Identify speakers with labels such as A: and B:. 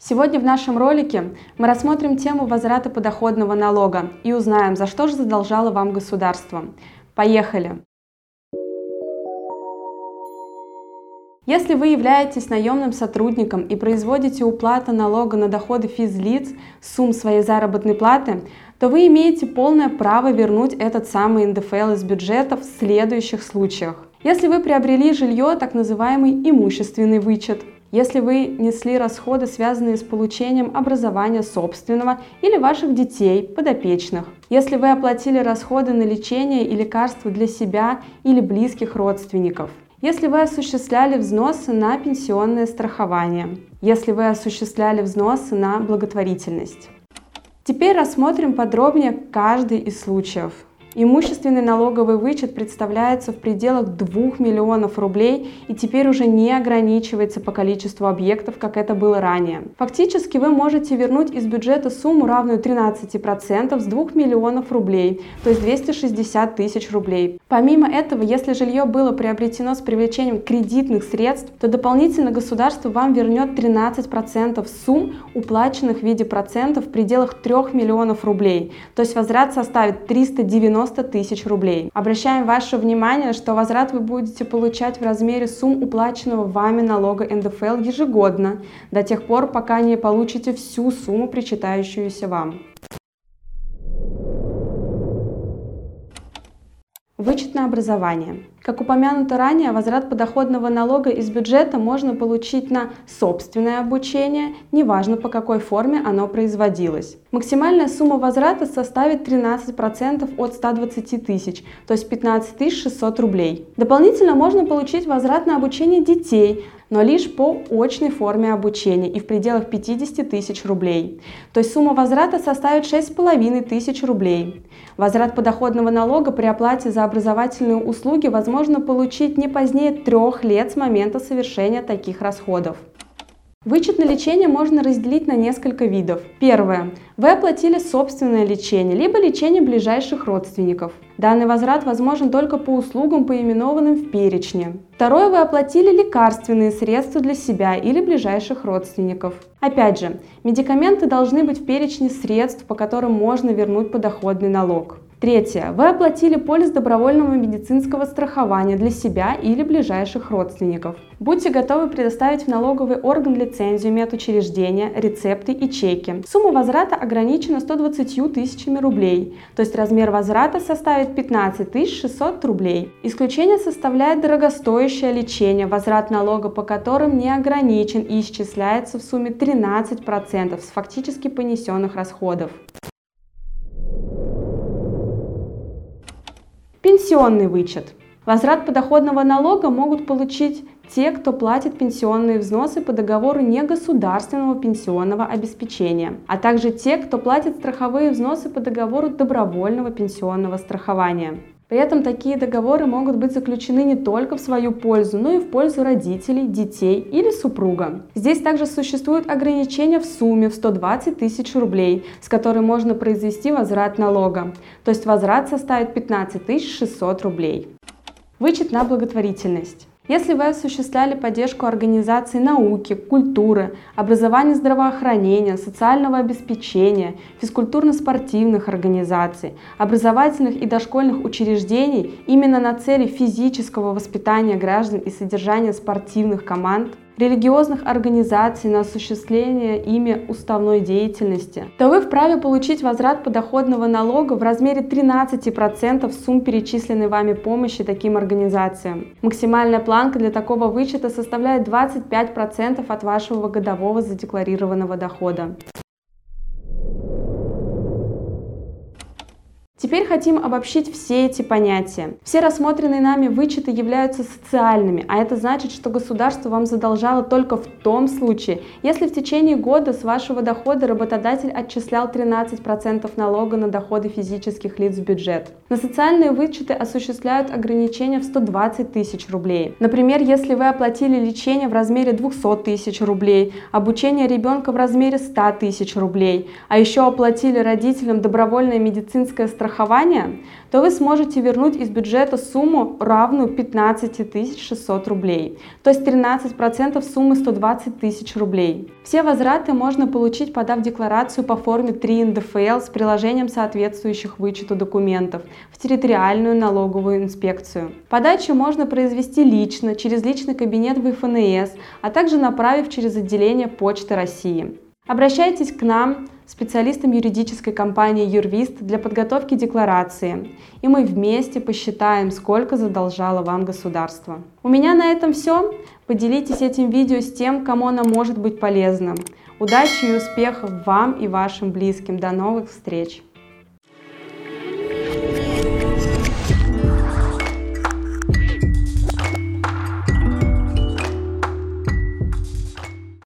A: Сегодня в нашем ролике мы рассмотрим тему возврата подоходного налога и узнаем, за что же задолжало вам государство. Поехали! Если вы являетесь наемным сотрудником и производите уплату налога на доходы физлиц с сумм своей заработной платы, то вы имеете полное право вернуть этот самый НДФЛ из бюджета в следующих случаях. Если вы приобрели жилье, так называемый имущественный вычет. Если вы несли расходы, связанные с получением образования собственного или ваших детей, подопечных. Если вы оплатили расходы на лечение и лекарства для себя или близких родственников. Если вы осуществляли взносы на пенсионное страхование. Если вы осуществляли взносы на благотворительность. Теперь рассмотрим подробнее каждый из случаев. Имущественный налоговый вычет представляется в пределах 2 миллионов рублей и теперь уже не ограничивается по количеству объектов, как это было ранее. Фактически вы можете вернуть из бюджета сумму, равную 13% с 2 миллионов рублей, то есть 260 тысяч рублей. Помимо этого, если жилье было приобретено с привлечением кредитных средств, то дополнительно государство вам вернет 13% сумм, уплаченных в виде процентов в пределах 3 миллионов рублей, то есть возврат составит 390 тысяч рублей. Обращаем ваше внимание, что возврат вы будете получать в размере сумм уплаченного вами налога НДФЛ ежегодно, до тех пор, пока не получите всю сумму, причитающуюся вам. Вычет на образование. Как упомянуто ранее, возврат подоходного налога из бюджета можно получить на собственное обучение, неважно по какой форме оно производилось. Максимальная сумма возврата составит 13% от 120 тысяч, то есть 15 600 рублей. Дополнительно можно получить возврат на обучение детей, но лишь по очной форме обучения и в пределах 50 тысяч рублей. То есть сумма возврата составит 6,5 тысяч рублей. Возврат подоходного налога при оплате за образовательные услуги возможно получить не позднее 3 лет с момента совершения таких расходов. Вычет на лечение можно разделить на несколько видов. Первое. Вы оплатили собственное лечение, либо лечение ближайших родственников. Данный возврат возможен только по услугам, поименованным в перечне. Второе. Вы оплатили лекарственные средства для себя или ближайших родственников. Опять же, медикаменты должны быть в перечне средств, по которым можно вернуть подоходный налог. Третье. Вы оплатили полис добровольного медицинского страхования для себя или ближайших родственников. Будьте готовы предоставить в налоговый орган лицензию медучреждения, рецепты и чеки. Сумма возврата ограничена 120 тысячами рублей, то есть размер возврата составит 15 600 рублей. Исключение составляет дорогостоящее лечение, возврат налога по которым не ограничен и исчисляется в сумме 13% с фактически понесенных расходов. Пенсионный вычет. Возврат подоходного налога могут получить те, кто платит пенсионные взносы по договору негосударственного пенсионного обеспечения, а также те, кто платит страховые взносы по договору добровольного пенсионного страхования. При этом такие договоры могут быть заключены не только в свою пользу, но и в пользу родителей, детей или супруга. Здесь также существуют ограничения в сумме в 120 тысяч рублей, с которой можно произвести возврат налога. То есть возврат составит 15 600 рублей. Вычет на благотворительность. Если вы осуществляли поддержку организаций науки, культуры, образования, здравоохранения, социального обеспечения, физкультурно-спортивных организаций, образовательных и дошкольных учреждений именно на цели физического воспитания граждан и содержания спортивных команд, религиозных организаций на осуществление ими уставной деятельности, то вы вправе получить возврат подоходного налога в размере 13% сумм перечисленной вами помощи таким организациям. Максимальная планка для такого вычета составляет 25% от вашего годового задекларированного дохода. Теперь хотим обобщить все эти понятия. Все рассмотренные нами вычеты являются социальными, а это значит, что государство вам задолжало только в том случае, если в течение года с вашего дохода работодатель отчислял 13% налога на доходы физических лиц в бюджет. На социальные вычеты осуществляют ограничения в 120 тысяч рублей. Например, если вы оплатили лечение в размере 200 тысяч рублей, обучение ребенка в размере 100 тысяч рублей, а еще оплатили родителям добровольное медицинское страхование страхования, то вы сможете вернуть из бюджета сумму, равную 15 600 рублей, то есть 13% суммы 120 тысяч рублей. Все возвраты можно получить, подав декларацию по форме 3 НДФЛ с приложением соответствующих вычету документов в территориальную налоговую инспекцию. Подачу можно произвести лично, через личный кабинет в ФНС, а также направив через отделение Почты России. Обращайтесь к нам, специалистам юридической компании Юрвист, для подготовки декларации, и мы вместе посчитаем, сколько задолжало вам государство. У меня на этом все. Поделитесь этим видео с тем, кому оно может быть полезным. Удачи и успехов вам и вашим близким. До новых встреч!